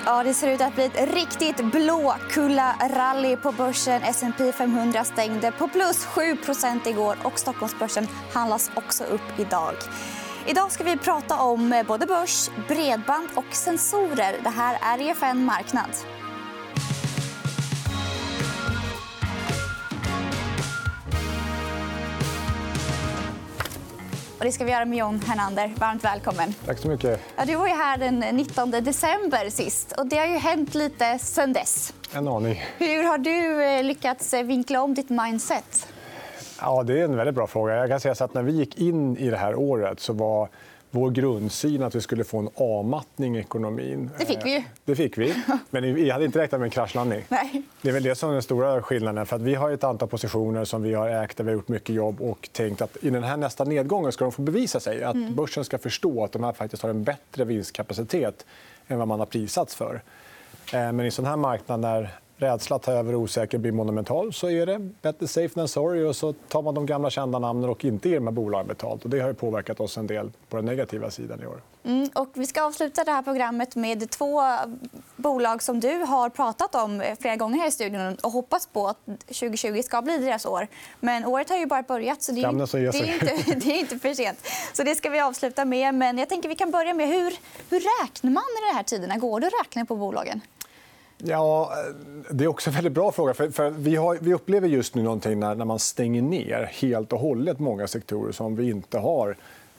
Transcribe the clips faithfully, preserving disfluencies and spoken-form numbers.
Ja, det ser ut att bli ett riktigt blåkulla-rally på börsen. S and P femhundra stängde på plus sju procent igår och Stockholmsbörsen handlas också upp idag. Idag ska vi prata om både börs, bredband och sensorer. Det här är E F N Marknad. Och det ska vi göra med John Hernander. Varmt välkommen. Tack så mycket. Ja, du var ju här den nittonde december sist. Och det har ju hänt lite sen dess. En aning. Hur har du lyckats vinkla om ditt mindset? Ja, det är en väldigt bra fråga. Jag kan säga så att när vi gick in i det här året så var vår grundsyn att vi skulle få en avmattning i ekonomin. Det fick vi ju. Det fick vi. Men vi hade inte räknat med en kraschlandning. Nej. Det är väl det som är den stora skillnaden. För att vi har ett antal positioner som vi har ägt där vi har gjort mycket jobb och tänkt att i den här nästa nedgången ska de få bevisa sig. Att mm. börsen ska förstå att de här faktiskt har en bättre vinstkapacitet än vad man har prisats för. Men i sån här marknad när rädsla tar över osäker blir monumental så är det better safe than sorry och så tar man de gamla kända namnen och inte ger de här bolagen betalt. Och det har ju påverkat oss en del på den negativa sidan i år. Mm, och vi ska avsluta det här programmet med två bolag som du har pratat om flera gånger här i studion och hoppas på att tjugo tjugo ska bli deras år. Men året har ju bara börjat så det är, det är, inte, det är inte för sent. Så det ska vi avsluta med. Men jag tänker vi kan börja med hur, hur räknar man i de här tiderna? Går det att räkna på bolagen? Ja, det är också en väldigt bra fråga. För, för vi, har, vi upplever just nu någonting när, när man stänger ner helt och hållet många sektorer som vi inte har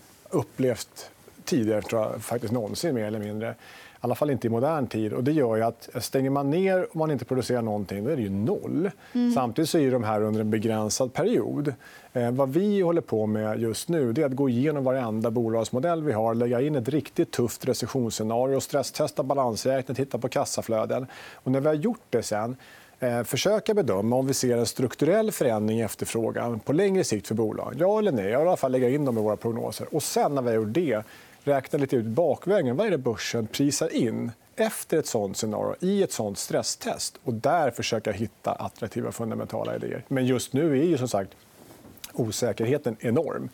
upplevt tidigare, tror jag, faktiskt någonsin mer eller mindre. I alla fall inte i modern tid. Och det gör ju att stänger man ner och man inte producerar någonting, då är det ju noll. Mm. Samtidigt så är de här under en begränsad period. Eh, vad vi håller på med just nu det är att gå igenom varenda bolagsmodell vi har, lägga in ett riktigt tufft recessionsscenario, stresstesta balansräkningen, titta på kassaflöden. Och när vi har gjort det sen, eh, försöka bedöma om vi ser en strukturell förändring i efterfrågan på längre sikt för bolag. Ja eller nej, i alla fall lägga in dem i våra prognoser. Och sen när vi har gjort det, räkna lite ut bakvägen. Vad är det börsen prisar in efter ett sånt scenario i ett sånt stresstest? Och där försöka hitta attraktiva fundamentala idéer. Men just nu är ju som sagt osäkerheten enorm.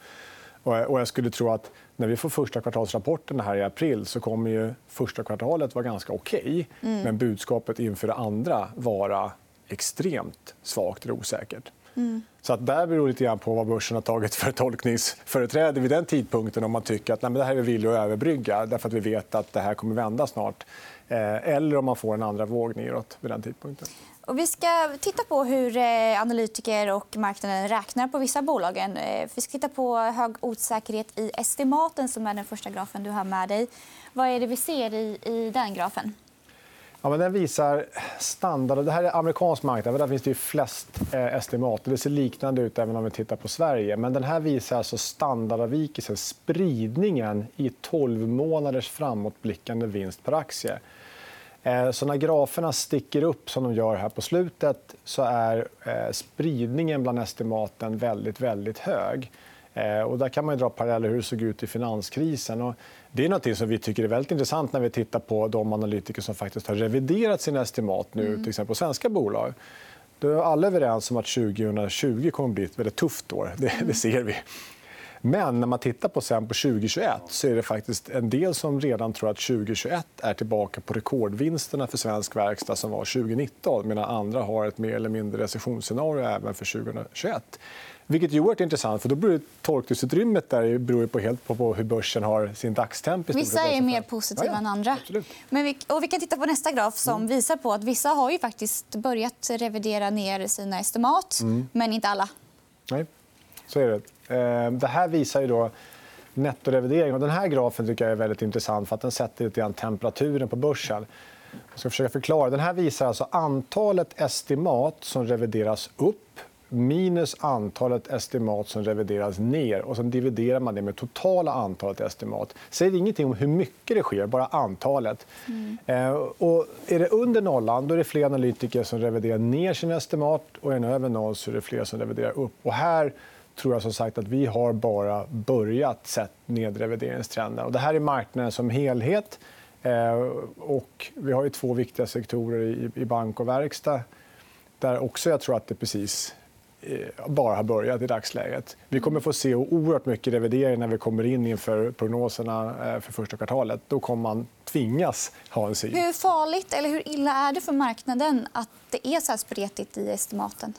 Och jag skulle tro att när vi får första kvartalsrapporten här i april så kommer ju första kvartalet vara ganska okej. Mm. Men budskapet inför det andra vara extremt svagt eller osäkert. Mm. Så att där beror lite grann på vad börsen har tagit för tolkningsföreträde vid den tidpunkten om man tycker att nej, men det här är vi villiga att överbrygga därför att vi vet att det här kommer vända snart. Eh, eller om man får en andra våg neråt vid den tidpunkten. Och vi ska titta på hur analytiker och marknaden räknar på vissa bolagen. Vi ska titta på hög osäkerhet i estimaten som är den första grafen du har med dig. Vad är det vi ser i, i den grafen? Ja, men den visar standard. Det här är amerikansk marknad. Där finns det ju flest eh, estimat. Det ser liknande ut även om vi tittar på Sverige. Men den här visar alltså standardavvikelsen, spridningen i tolv månaders framåtblickande vinst per aktie. Eh, så när graferna sticker upp som de gör här på slutet så är eh, spridningen bland estimaten väldigt, väldigt hög. Och där kan man dra paralleller hur det såg ut i finanskrisen. Och det är något som vi tycker är väldigt intressant när vi tittar på de analytiker som faktiskt har reviderat sina estimat nu, mm. till exempel på svenska bolag. Då är alla överens om att tjugo tjugo kommer att bli ett väldigt tufft år. Det, det ser vi. Men när man tittar på sen på tjugo tjugoett så är det faktiskt en del som redan tror att tjugo tjugoett är tillbaka på rekordvinsterna för svensk verkstad som var tjugo nitton medan andra har ett mer eller mindre recessionsscenario även för tjugo tjugoett. Vilket är oerhört intressant, för då beror tolkningsutrymmet där beror på helt på hur börsen har sin dagstemp. Vissa är mer positiva ja, ja. än andra. Absolut. Men vi, och vi kan titta på nästa graf som mm. visar på att vissa har ju faktiskt börjat revidera ner sina estimat, mm. men inte alla. Nej, så är det. Det här visar ju då nettorevidering. Och den här grafen tycker jag är väldigt intressant för att den sätter lite grann temperaturen på börsen. Jag ska försöka förklara. Den här visar alltså antalet estimat som revideras upp minus antalet estimat som revideras ner. Och sen dividerar man det med totala antalet estimat. Säger ingenting om hur mycket det sker, bara antalet. Mm. Eh, och är det under nollan då är det fler analytiker som reviderar ner sina estimat. Och är det över noll så är det fler som reviderar upp. Och här tror jag som sagt att vi har bara börjat sett nedrevideringstrenden. Och det här är marknaden som helhet. Eh, och vi har ju två viktiga sektorer i, i bank och verkstad. Där också jag tror att det precis bara har börjat i dagsläget. Vi kommer få se oerhört mycket revidering när vi kommer in inför prognoserna för första kvartalet. Då kommer man tvingas ha en syn. Hur farligt eller hur illa är det för marknaden att det är så här spretigt i estimaten?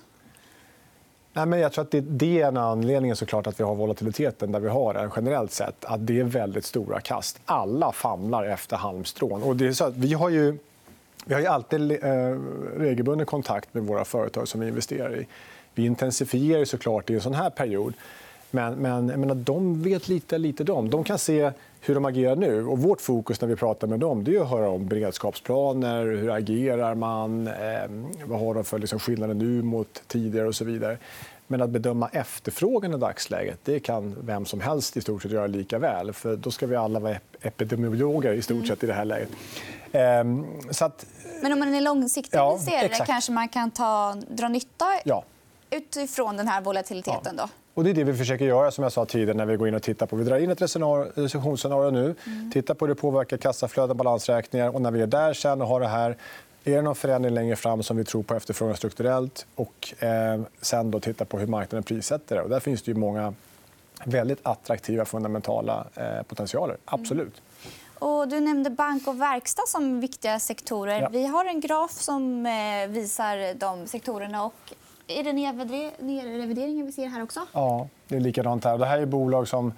Nej, men jag tror att det, det är en anledning såklart att vi har volatiliteten där vi har den generellt sett. Att det är väldigt stora kast. Alla famlar efter halmstrån. Och det är så att vi har ju, vi har ju alltid eh, regelbunden kontakt med våra företag som vi investerar i. Vi intensifierar såklart i en sån här period. Men, men jag menar, de vet lite, lite de. De kan se hur de agerar nu. Och vårt fokus när vi pratar med dem det är att höra om beredskapsplaner. Hur agerar man? Eh, vad har de för liksom, skillnader nu mot tidigare och så vidare. Men att bedöma efterfrågan i dagsläget det kan vem som helst i stort sett göra lika väl. För då ska vi alla vara epidemiologer i stort sett i det här läget. Eh, så att... Men om man är långsiktig ja, investerare kanske man kan ta, dra nytta ja. utifrån den här volatiliteten då? Ja. Och det är det vi försöker göra som jag sa tidigare när vi går in och tittar på. Vi drar in ett recessionsscenario nu, mm. tittar på hur det påverkar kassaflöden, balansräkningar och när vi är där sen och har det här är det någon förändring längre fram som vi tror på efterfrågan strukturellt och eh, sen då titta på hur marknaden prissätter det. Och där finns det ju många väldigt attraktiva fundamentala eh, potentialer. Absolut. Mm. Och du nämnde bank och verkstad som viktiga sektorer. Ja. Vi har en graf som eh, visar de sektorerna. Och är det nedrevideringen vi ser här också? Ja, det är likadant här. Det här är bolag som...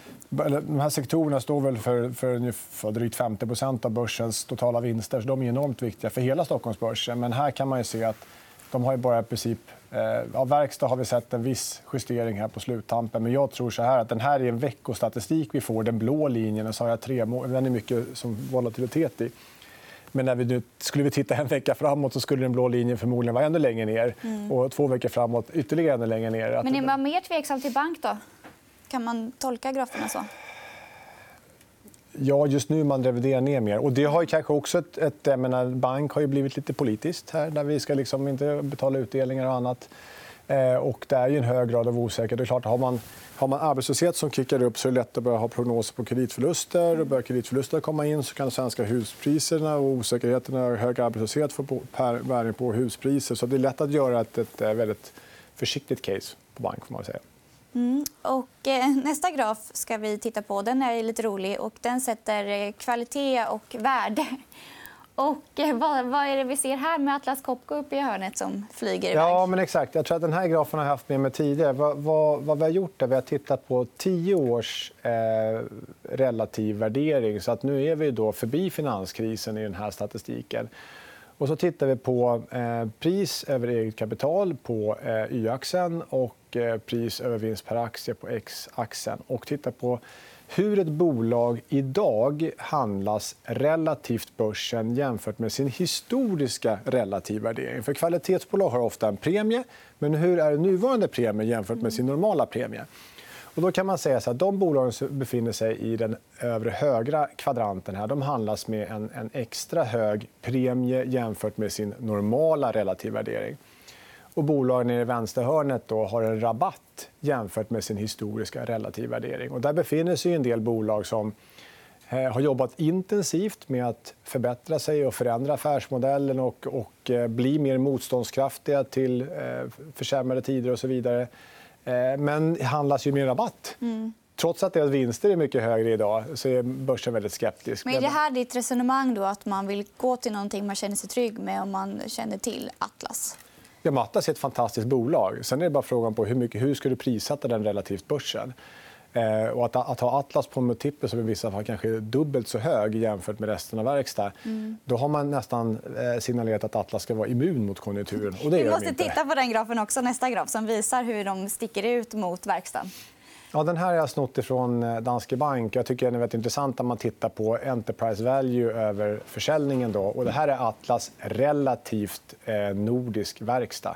De här sektorerna står väl för, för, för drygt femtio procent av börsens totala vinster. Så de är enormt viktiga för hela Stockholmsbörsen. Men här kan man ju se att de har ju bara i princip... Eh, av verkstad har vi sett en viss justering här på sluttampen. Men jag tror så här att den här är en veckostatistik vi får. Den blå linjen, och så har jag tre mål. Den är mycket som volatilitet i. Men när vi nu, skulle vi titta en vecka framåt så skulle den blå linjen förmodligen vara ännu längre ner. Mm. Och två veckor framåt ytterligare ännu längre ner. Men är man mer tveksam till bank då? Kan man tolka graferna så? Ja, just nu man reviderar ner mer. Och det har ju kanske också ett, ett jag menar, bank har ju blivit lite politiskt här där vi ska liksom inte betala utdelningar och annat. Eh, och det är ju en hög grad av osäkerhet. Det är klart, har man har man arbetslöshet som kickar upp så är det lätt att börja ha prognoser på kreditförluster. Och börjar kreditförluster komma in så kan svenska huspriserna och osäkerheten och hög arbetslöshet få bäring på huspriser. Så det är lätt att göra ett, ett väldigt försiktigt case på bank får man säga. Mm. Och, eh, nästa graf ska vi titta på. Den är lite rolig och den sätter kvalitet och värde. Och eh, vad, vad är det vi ser här med Atlas Copco uppe i hörnet som flyger iväg? Ja, men exakt. Jag tror att den här grafen har jag haft med mig tidigare. Vad, vad, vad vi har gjort är vi har tittat på tio års eh, relativ värdering. Så att nu är vi då förbi finanskrisen i den här statistiken. Och så tittar vi på eh, pris över eget kapital på eh, Y-axeln och eh, pris över vinst per aktie på X-axeln. Och tittar på hur ett bolag idag handlas relativt börsen jämfört med sin historiska relativa värdering. För kvalitetsbolag har ofta en premie, men hur är nuvarande premie jämfört med sin normala premie? Och då kan man säga så att de bolagen som befinner sig i den övre högra kvadranten här, de handlas med en, en extra hög premie jämfört med sin normala relativa värdering. Och bolagen i vänsterhörnet då har en rabatt jämfört med sin historiska relativa värdering. Och där befinner sig en del bolag som eh, har jobbat intensivt med att förbättra sig och förändra affärsmodellen och, och eh, bli mer motståndskraftiga till eh, försämrade tider och så vidare. Eh, men handlas ju med rabatt. Mm. Trots att deras vinster är mycket högre idag så är börsen väldigt skeptisk. Men är det här ditt resonemang då att man vill gå till någonting man känner sig trygg med om man känner till Atlas? Ja, Atlas är ett fantastiskt bolag. Sen är det bara frågan på hur mycket hur ska du prissätta den relativt börsen. Eh, och att, att ha Atlas på en multipel som i vissa fall kanske är dubbelt så hög jämfört med resten av verkstad. Mm. Då har man nästan eh, signalerat att Atlas ska vara immun mot konjunkturen. Och det Vi måste inte. titta på den grafen också, nästa graf som visar hur de sticker ut mot verkstaden. Ja, den här har jag snott från Danske Bank. Jag tycker den är väldigt intressant när man tittar på enterprise value över försäljningen. Då. Och det här är Atlas relativt eh, nordisk verkstad.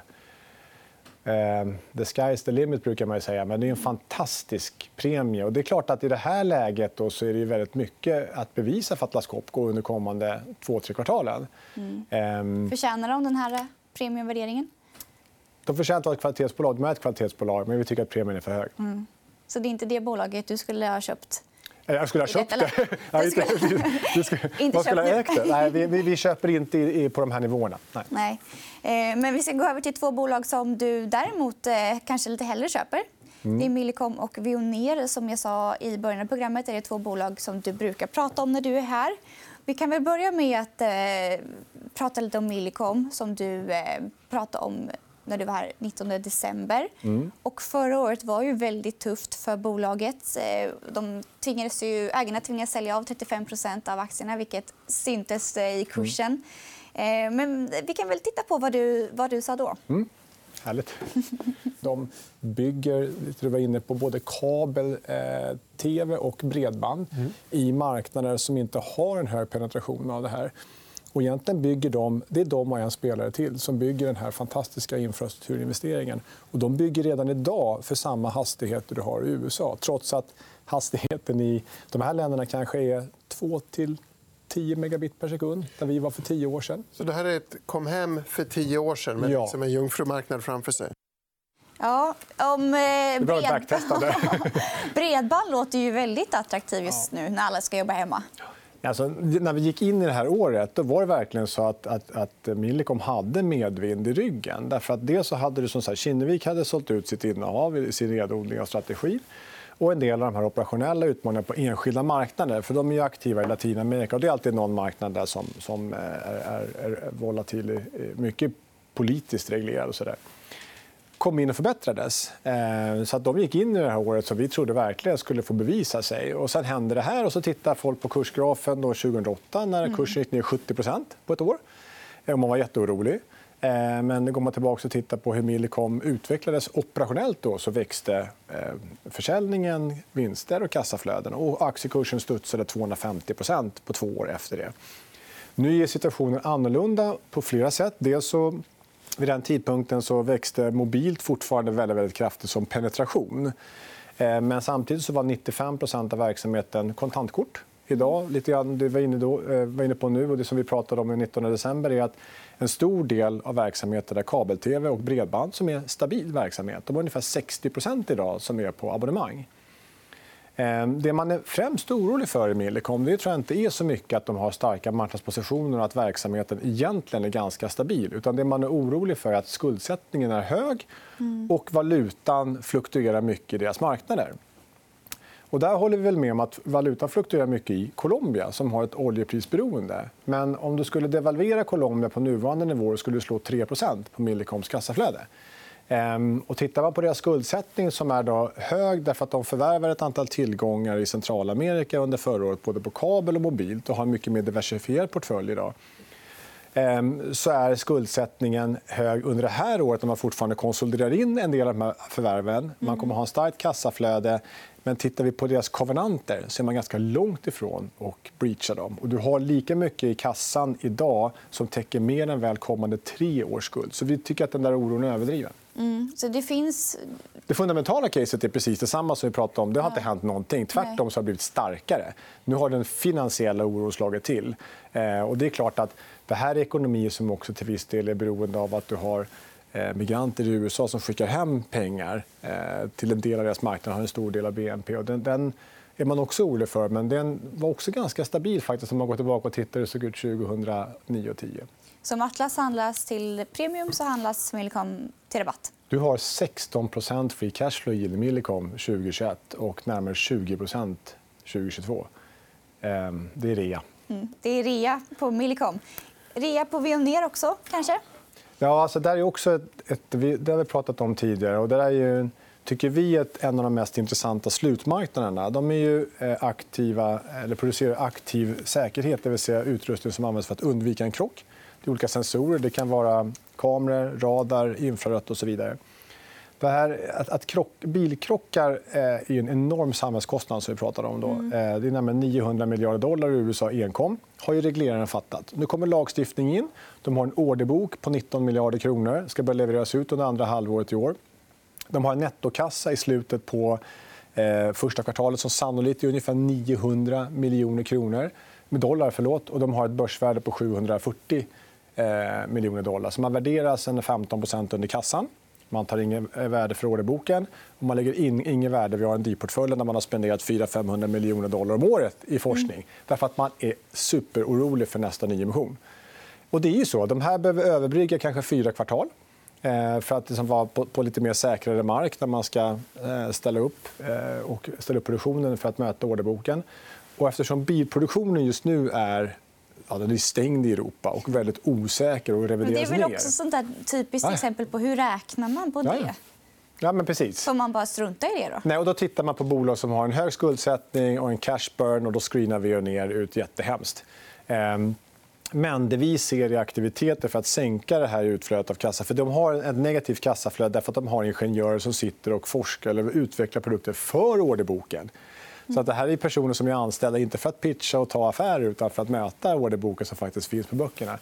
Eh, the sky's the limit brukar man ju säga, men det är en fantastisk premie. Och det är klart att i det här läget då, så är det väldigt mycket att bevisa för Atlas Copco under kommande två, tre kvartalen. Mm. Eh, Förtjänar de den här premievärderingen? De förtjänar att vara ett kvalitetsbolag. De är ett kvalitetsbolag, men vi tycker att premien är för hög. Mm. Så det är inte det bolaget du skulle ha köpt? Jag skulle ha köpt det. Nej, inte, du skulle, inte man skulle ha ägt det. Nej, vi, vi, vi köper inte i, i, på de här nivåerna. Nej. Nej. Eh, men vi ska gå över till två bolag som du däremot eh, kanske lite hellre köper. Mm. Det är Millicom och Veoneer. Som jag sa i början av programmet är det två bolag som du brukar prata om när du är här. Vi kan väl börja med att eh, prata lite om Millicom som du eh, pratade om när du var här nittonde december. Mm. Och förra året var ju väldigt tufft för bolaget. De tvingades ju, ägarna tvingades sälja av trettiofem procent av aktierna, vilket syntes i kursen. Mm. Men vi kan väl titta på vad du, vad du sa då. Mm. Härligt. De bygger, du var inne på, både kabel, eh, tv och bredband mm. i marknader som inte har en hög penetration av det här. Och egentligen bygger de, det är de och en spelare till som bygger den här fantastiska infrastrukturinvesteringen. Och de bygger redan idag för samma hastigheter du har i U S A. Trots att hastigheten i de här länderna kanske är två till tio megabit per sekund, där vi var för tio år sedan. Så det här är ett kom hem för tio år sedan med ja. liksom en jungfrumarknad framför sig? Ja, om eh, bred... bredband låter ju väldigt attraktivt just nu när alla ska jobba hemma. Alltså, när vi gick in i det här året då var det verkligen så att, att, att Millicom hade medvind i ryggen. Därför att dels så hade du som sagt, Kinnevik hade sålt ut sitt innehav i sin renodling av strategi. Och en del av de här operationella utmaningarna på enskilda marknader. För de är ju aktiva i Latinamerika. Och det är alltid någon marknad där som, som är, är, är volatil, mycket politiskt reglerad. Och så där. Kom in och förbättrades. Så att de gick in i det här året som vi trodde verkligen skulle få bevisa sig. Och sen hände det här och så tittar folk på kursgrafen då tjugohundraåtta när kursen gick ner sjuttio procent på ett år. Och man var jätteorolig. Men går man tillbaka och tittar på hur Millicom utvecklades operationellt då, så växte försäljningen, vinster och kassaflöden. Och aktiekursen studsade tvåhundrafemtio procent på två år efter det. Nu är situationen annorlunda på flera sätt. Dels så vid den tidpunkten så växte mobilt fortfarande väldigt, väldigt kraftigt som penetration. Men samtidigt så var nittiofem procent av verksamheten kontantkort. Idag, lite grann det vi var inne, då, var inne på nu och det som vi pratade om den nittonde december är att en stor del av verksamheten är kabel-tv och bredband som är stabil verksamhet. De är ungefär sextio procent idag som är på abonnemang. Det man är främst orolig för i Millicom det tror jag inte är så mycket att de har starka marknadspositioner och att verksamheten egentligen är ganska stabil. Utan det man är orolig för är att skuldsättningen är hög och valutan fluktuerar mycket i deras marknader. Och där håller vi väl med om att valutan fluktuerar mycket i Colombia som har ett oljeprisberoende. Men om du skulle devalvera Colombia på nuvarande nivå skulle du slå tre procent på Millicoms kassaflöde. Och tittar man på deras skuldsättning som är då hög därför att de förvärvar ett antal tillgångar i Centralamerika under förra året både på kabel och mobilt och har en mycket mer diversifierad portfölj idag. Så är skuldsättningen hög under det här året när man fortfarande konsoliderar in en del av de här förvärven. Man kommer att ha en starkt kassaflöde. Men tittar vi på deras kovenanter så är man ganska långt ifrån och breachar dem. Och du har lika mycket i kassan idag som täcker mer än väl kommande tre års skuld. Så vi tycker att den där oron är överdriven. Mm. Så det finns... Det fundamentala caset är precis detsamma som vi pratade om. Det har inte hänt någonting. Tvärtom så har det blivit starkare. Nu har den finansiella oron slagit till. Eh, och det är klart att det här är ekonomier som också till viss del är beroende av att du har migranter i U S A som skickar hem pengar till en del av deras marknad har en stor del av B N P. Och den, den är man också orolig för, men den var också ganska stabil faktiskt om man går tillbaka och tittar hur det såg ut tjugohundranio och tio. Som Atlas handlas till premium så handlas Millicom till rabatt. Du har sexton procent free cashflow i Millicom tjugohundratjugoett och närmare tjugo procent tjugohundratjugotvå. Det är rea. Mm, det är rea på Millicom. Rea på Veoneer också, kanske? Ja, alltså där är också ett, ett, det har vi pratat om tidigare. Och där är ju, tycker vi, ett, en av de mest intressanta slutmarknaderna. De är ju aktiva, eller producerar aktiv säkerhet, det vill säga utrustning som används för att undvika en krock. Det är olika sensorer. Det kan vara kameror, radar, infrarött och så vidare. Det här, att, att krock, bilkrockar är en enorm samhällskostnad som vi pratade om. Då. Mm. Det är närmare niohundra miljarder dollar i U S A enkom. Har ju regleraren fattat. Nu kommer lagstiftning in. De har en orderbok på nitton miljarder kronor. Ska börja levereras ut under andra halvåret i år. De har en nettokassa i slutet på eh, första kvartalet som sannolikt är ungefär niohundra miljoner kronor. Med dollar, förlåt. Och de har ett börsvärde på sjuhundrafyrtio eh, miljoner dollar. Så man värderas en femton procent under kassan. Man tar inget värde för orderboken och man lägger in inget värde vid R and D-portföljen när man har spenderat fyra till femhundra miljoner dollar om året i forskning. Mm. Därför att man är superorolig för nästa nyemission. Och det är ju så. De här behöver överbrygga kanske fyra kvartal för att liksom vara på, på lite mer säkrare mark när man ska ställa upp, och ställa upp produktionen för att möta orderboken. Och eftersom bilproduktionen just nu är, ja, den är stängd i Europa och väldigt osäker och revideras ner. Men det är väl också sånt där typiskt Nej. exempel på hur räknar man på det? Ja, ja men precis. Får man bara strunta i det då? Nej, och då tittar man på bolag som har en hög skuldsättning och en cash burn och då screenar vi ner ut jättehemskt. Ehm, Men det vi ser i aktiviteter för att sänka det här utflödet av kassa, för de har ett negativt kassaflöde därför att de har ingenjörer som sitter och forskar eller utvecklar produkter för orderboken. Så att det här är personer som är anställda inte för att pitcha och ta affärer utan för att möta orderboken som faktiskt finns på böckerna.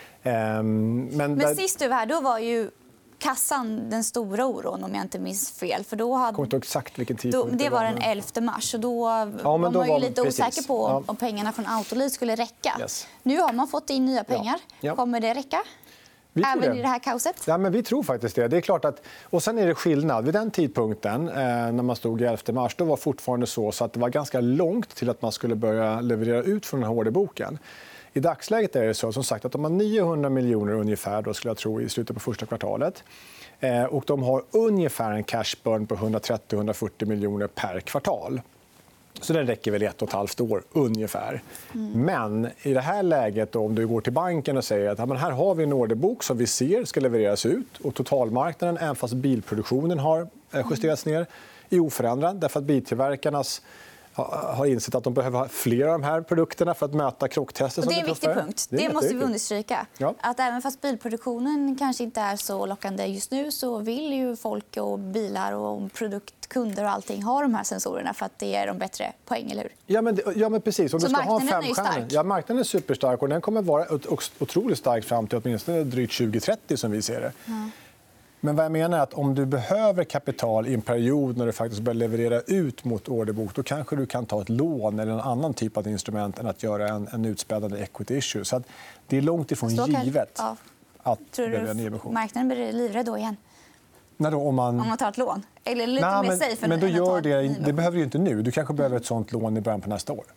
Men, Men där... sist du var här, då var ju kassan den stora oron om jag inte minns fel. För då hade... Jag kommer inte exakt vilken tidpunkt det var. Den elfte mars. Och då ja, var då man ju var... lite Precis. osäker på ja. om pengarna från Autoliv skulle räcka. Yes. Nu har man fått in nya pengar. Ja. Ja. Kommer det räcka? Vi Även det. i det här kaoset? Ja, men vi tror faktiskt det. Det är klart att... Och sen är det skillnad. Vid den tidpunkten, eh, när man stod i elfte mars, då var fortfarande så, så att det var ganska långt till att man skulle börja leverera ut från den här orderboken. I dagsläget är det så som sagt att de har niohundra miljoner ungefär då, skulle jag tro, i slutet på första kvartalet. Eh, och de har ungefär en cash burn på hundratrettio till hundrafyrtio miljoner per kvartal. Så det räcker väl ett och ett halvt år ungefär. Mm. Men i det här läget, då, om du går till banken och säger att ja, men här har vi en orderbok som vi ser ska levereras ut och totalmarknaden, även fast bilproduktionen har justerats ner, är oförändrad därför att biltillverkarnas har insett att de behöver ha fler av de här produkterna för att möta krocktester. Och det är en viktig punkt. Det, det måste vi understryka. Ja. Att även fast bilproduktionen kanske inte är så lockande just nu så vill ju folk och bilar och produktkunder och allting ha de här sensorerna för att det ger dem bättre poäng, eller hur? Ja, men, ja, men precis. Om så du ska marknaden ha är ju stark. Ja, marknaden är superstark och den kommer vara otroligt stark fram till åtminstone drygt tjugo trettio som vi ser det. Mm. Men vad jag menar är att om du behöver kapital i en period när du faktiskt börjar leverera ut mot orderbok, då kanske du kan ta ett lån eller en annan typ av instrument än att göra en, en utspädande equity issue. Så att det är långt ifrån givet ja. att Tror du en nyemission. Marknaden blir livrädd då igen? När då, om, man... om man tar ett lån? Eller lite Nej, mer men, safe men då än gör att det, det behöver du inte nu. Du kanske behöver ett sånt lån i början på nästa år.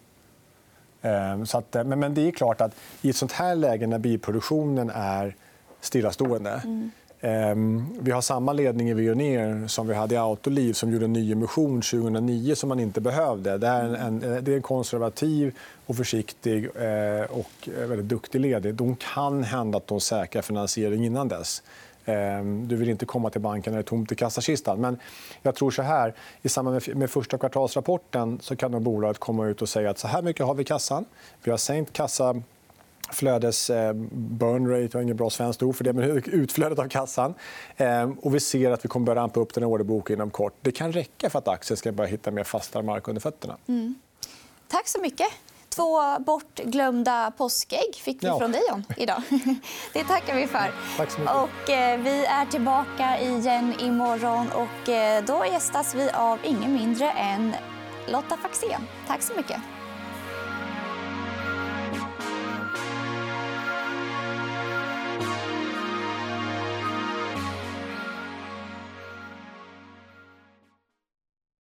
Så att, men, men det är klart att i ett sånt här läge när bilproduktionen är stillastående. Mm. Vi har samma ledning i Veoneer som vi hade i Autoliv som gjorde en nyemission tjugohundranio som man inte behövde. Det är en, det är en konservativ och försiktig och väldigt duktig ledning. De kan hända att de säkrar finansiering innan dess. Du vill inte komma till banken när det är tomt i kassakistan. Men jag tror så här, i samband med första kvartalsrapporten så kan bolaget komma ut och säga att så här mycket har vi i kassan. Vi har sänkt kassa flödes burn rate, jag har ingen bra svenskt ord för det, men utflödet av kassan. Och vi ser att vi kommer börja rampa upp den här orderboken inom kort. Det kan räcka för att aktier ska börja hitta mer fastare mark under fötterna. Mm. Tack så mycket. Två bortglömda påskägg fick vi ja. från dig om idag. Det tackar vi för. Tack så mycket. Och, eh, vi är tillbaka igen imorgon och eh, då gästas vi av ingen mindre än Lotta Faxén. Tack så mycket.